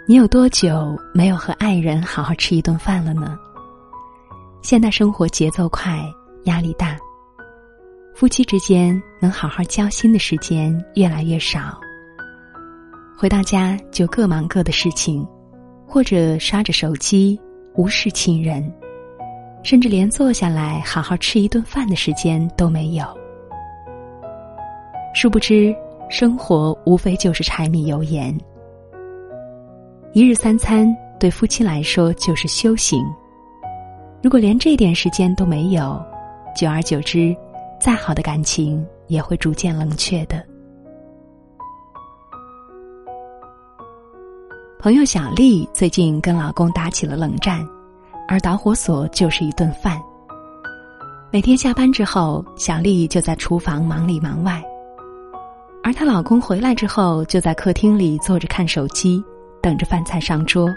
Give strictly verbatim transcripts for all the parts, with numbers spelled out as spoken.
你有多久没有和爱人好好吃一顿饭了呢？现代生活节奏快，压力大，夫妻之间能好好交心的时间越来越少。回到家就各忙各的事情，或者刷着手机，无视亲人，甚至连坐下来好好吃一顿饭的时间都没有。殊不知，生活无非就是柴米油盐。一日三餐对夫妻来说就是修行，如果连这点时间都没有，久而久之，再好的感情也会逐渐冷却的。朋友小丽最近跟老公打起了冷战，而导火索就是一顿饭。每天下班之后，小丽就在厨房忙里忙外，而她老公回来之后就在客厅里坐着看手机，等着饭菜上桌。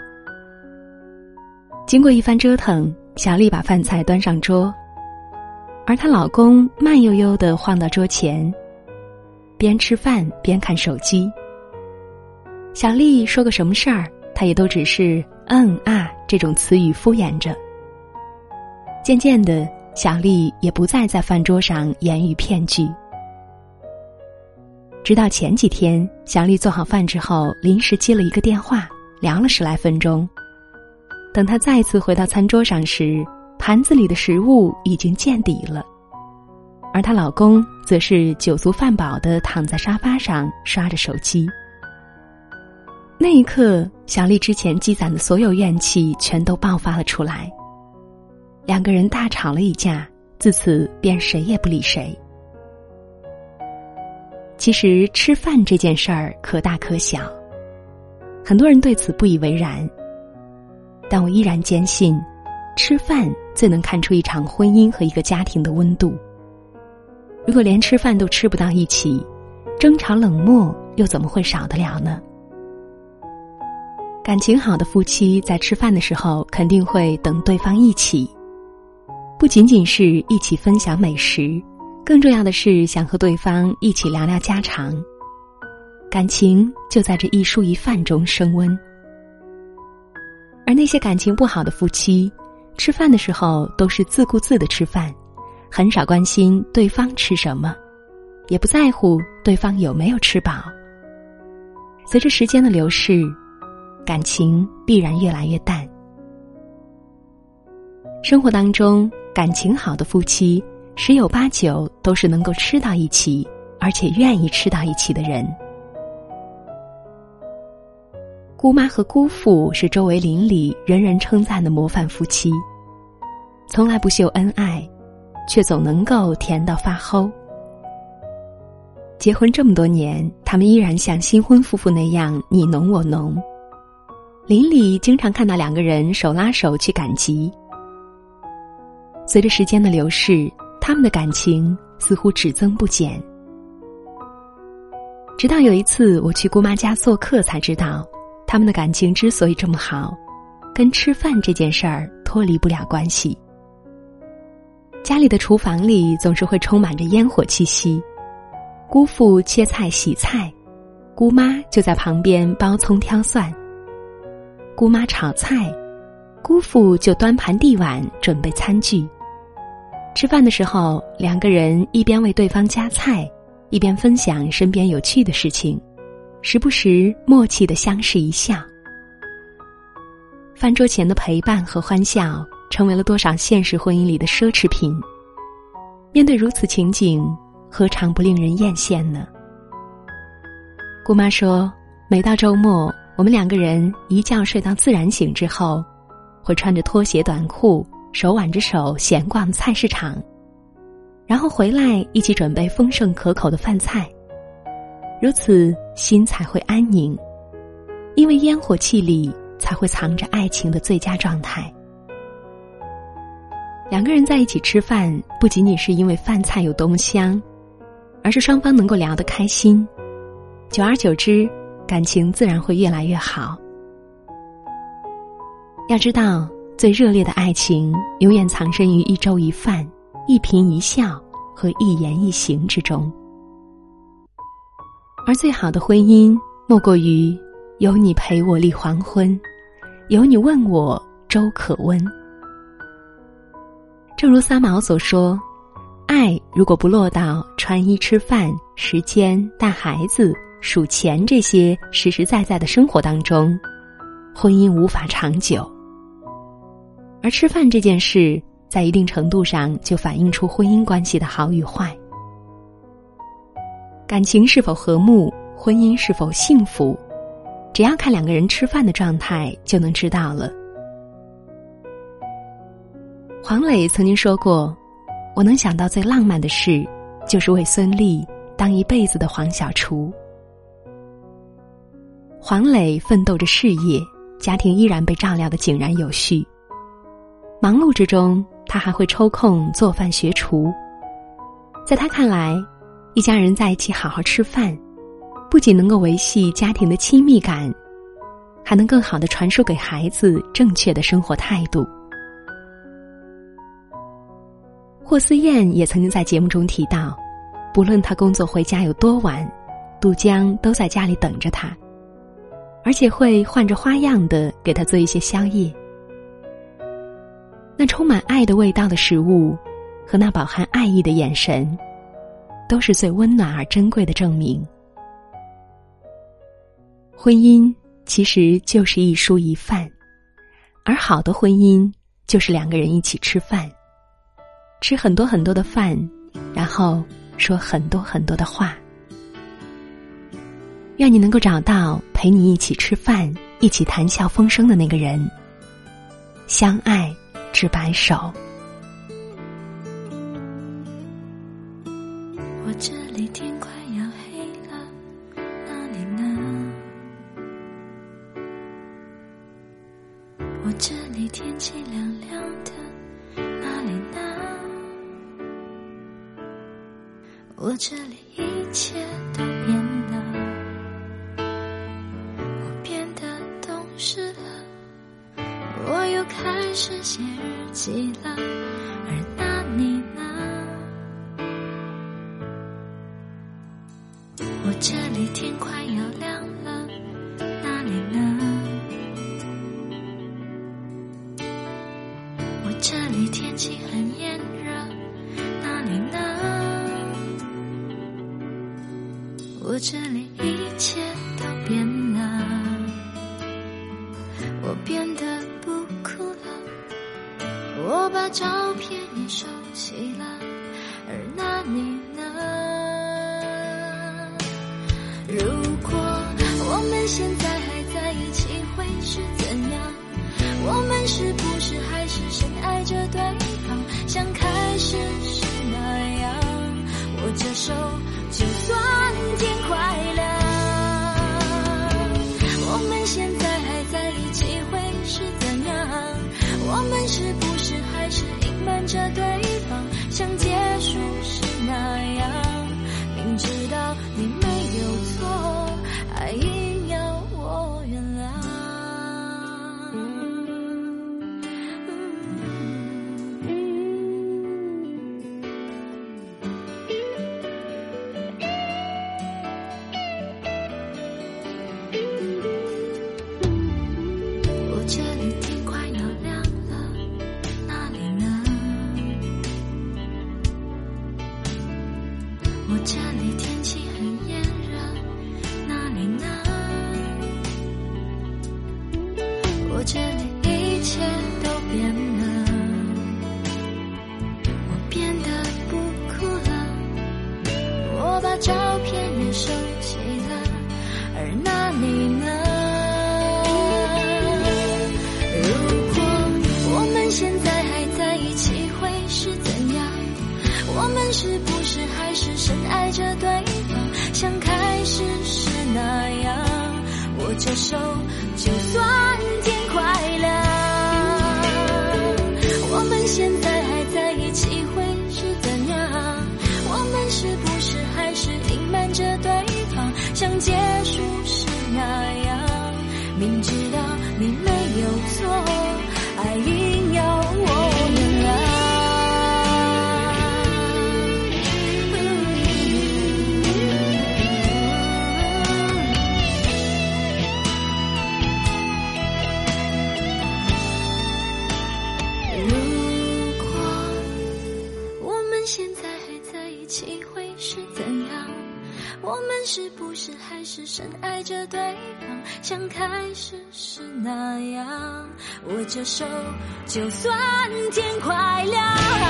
经过一番折腾，小丽把饭菜端上桌，而她老公慢悠悠地晃到桌前，边吃饭边看手机。小丽说个什么事儿，她也都只是嗯啊这种词语敷衍着。渐渐的，小丽也不再在饭桌上言语骗句。直到前几天，小丽做好饭之后，临时接了一个电话，聊了十来分钟。等她再次回到餐桌上时，盘子里的食物已经见底了，而她老公则是酒足饭饱地躺在沙发上刷着手机。那一刻，小丽之前积攒的所有怨气全都爆发了出来。两个人大吵了一架，自此便谁也不理谁。其实吃饭这件事儿可大可小，很多人对此不以为然，但我依然坚信，吃饭最能看出一场婚姻和一个家庭的温度。如果连吃饭都吃不到一起，争吵冷漠又怎么会少得了呢？感情好的夫妻在吃饭的时候肯定会等对方一起，不仅仅是一起分享美食，更重要的是想和对方一起聊聊家常，感情就在这一蔬一饭中升温。而那些感情不好的夫妻，吃饭的时候都是自顾自的吃饭，很少关心对方吃什么，也不在乎对方有没有吃饱。随着时间的流逝，感情必然越来越淡。生活当中，感情好的夫妻十有八九都是能够吃到一起，而且愿意吃到一起的人。姑妈和姑父是周围邻里人人称赞的模范夫妻，从来不秀恩爱，却总能够甜到发齁。结婚这么多年，他们依然像新婚夫妇那样你侬我侬。邻里经常看到两个人手拉手去赶集。随着时间的流逝，他们的感情似乎只增不减。直到有一次我去姑妈家做客才知道，他们的感情之所以这么好，跟吃饭这件事儿脱离不了关系。家里的厨房里总是会充满着烟火气息，姑父切菜洗菜，姑妈就在旁边剥葱挑蒜。姑妈炒菜，姑父就端盘递碗准备餐具。吃饭的时候，两个人一边为对方夹菜，一边分享身边有趣的事情，时不时默契地相视一笑。饭桌前的陪伴和欢笑，成为了多少现实婚姻里的奢侈品。面对如此情景，何尝不令人艳羡呢？姑妈说，每到周末，我们两个人一觉睡到自然醒之后，会穿着拖鞋短裤，手挽着手闲逛菜市场，然后回来一起准备丰盛可口的饭菜，如此心才会安宁，因为烟火气里才会藏着爱情的最佳状态。两个人在一起吃饭，不仅仅是因为饭菜有多么香，而是双方能够聊得开心，久而久之，感情自然会越来越好。要知道，最热烈的爱情永远藏身于一粥一饭、一颦一笑和一言一行之中。而最好的婚姻，莫过于有你陪我立黄昏，有你问我粥可温。正如三毛所说，爱如果不落到穿衣吃饭、时间、带孩子、数钱这些实实在在的生活当中，婚姻无法长久。而吃饭这件事在一定程度上就反映出婚姻关系的好与坏。感情是否和睦，婚姻是否幸福，只要看两个人吃饭的状态就能知道了。黄磊曾经说过，我能想到最浪漫的事就是为孙俪当一辈子的黄小厨。黄磊奋斗着事业，家庭依然被照料得井然有序。忙碌之中，他还会抽空做饭学厨。在他看来，一家人在一起好好吃饭，不仅能够维系家庭的亲密感，还能更好地传输给孩子正确的生活态度。霍思燕也曾经在节目中提到，不论他工作回家有多晚，杜江都在家里等着他，而且会换着花样地给他做一些宵夜。那充满爱的味道的食物和那饱含爱意的眼神，都是最温暖而珍贵的证明。婚姻其实就是一蔬一饭，而好的婚姻就是两个人一起吃饭，吃很多很多的饭，然后说很多很多的话。愿你能够找到陪你一起吃饭、一起谈笑风生的那个人，相爱至白首。 我这里天快要黑了，那里呢？我这里天气凉凉的，那里呢？我这里一切都变了，我变得懂事了，我又开始写日记了，而那你呢？我这里天快要亮了，那里呢？我这里天气很炎热，那里呢？我这里一切都变了，我变得不哭了，我把照片也收起了，而那你呢？如果我们现在还在一起会是怎样？我们是不是还是深爱着对方，像开始时那样？握着手就算天快亮。我们现在还在一起会是怎样？我们是不是还是隐瞒着对方，像结束时那样？明知道你没有错，还硬要我原谅。我这里天快要亮了，那里呢？我这里天气很炎热，那里呢？我这里一切都变了，我变得不哭了，我把照片也收起了，而那你呢？如果我们现在还在一起会是怎样？我们是不是还是深爱着对方，像开始时那样？握着手就算天快亮。我们现在还在一起会是怎样？我们是不是还是隐瞒着对方，像结束时那样？明知道你没有错，还硬要我原谅。 起会是怎样？我们是不是还是深爱着对方，像开始时那样？握着手，就算天快亮。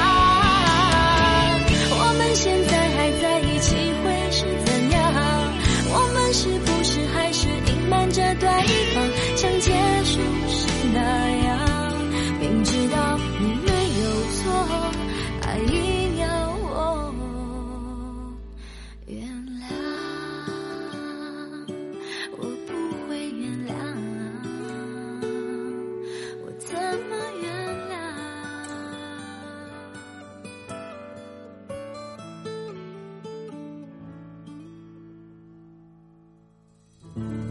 我们现在还在一起会是怎样？我们是不是还是隐瞒着对方，像结束时那样？明知道你没有错，还硬要我原谅。我不会原谅，我怎么原谅？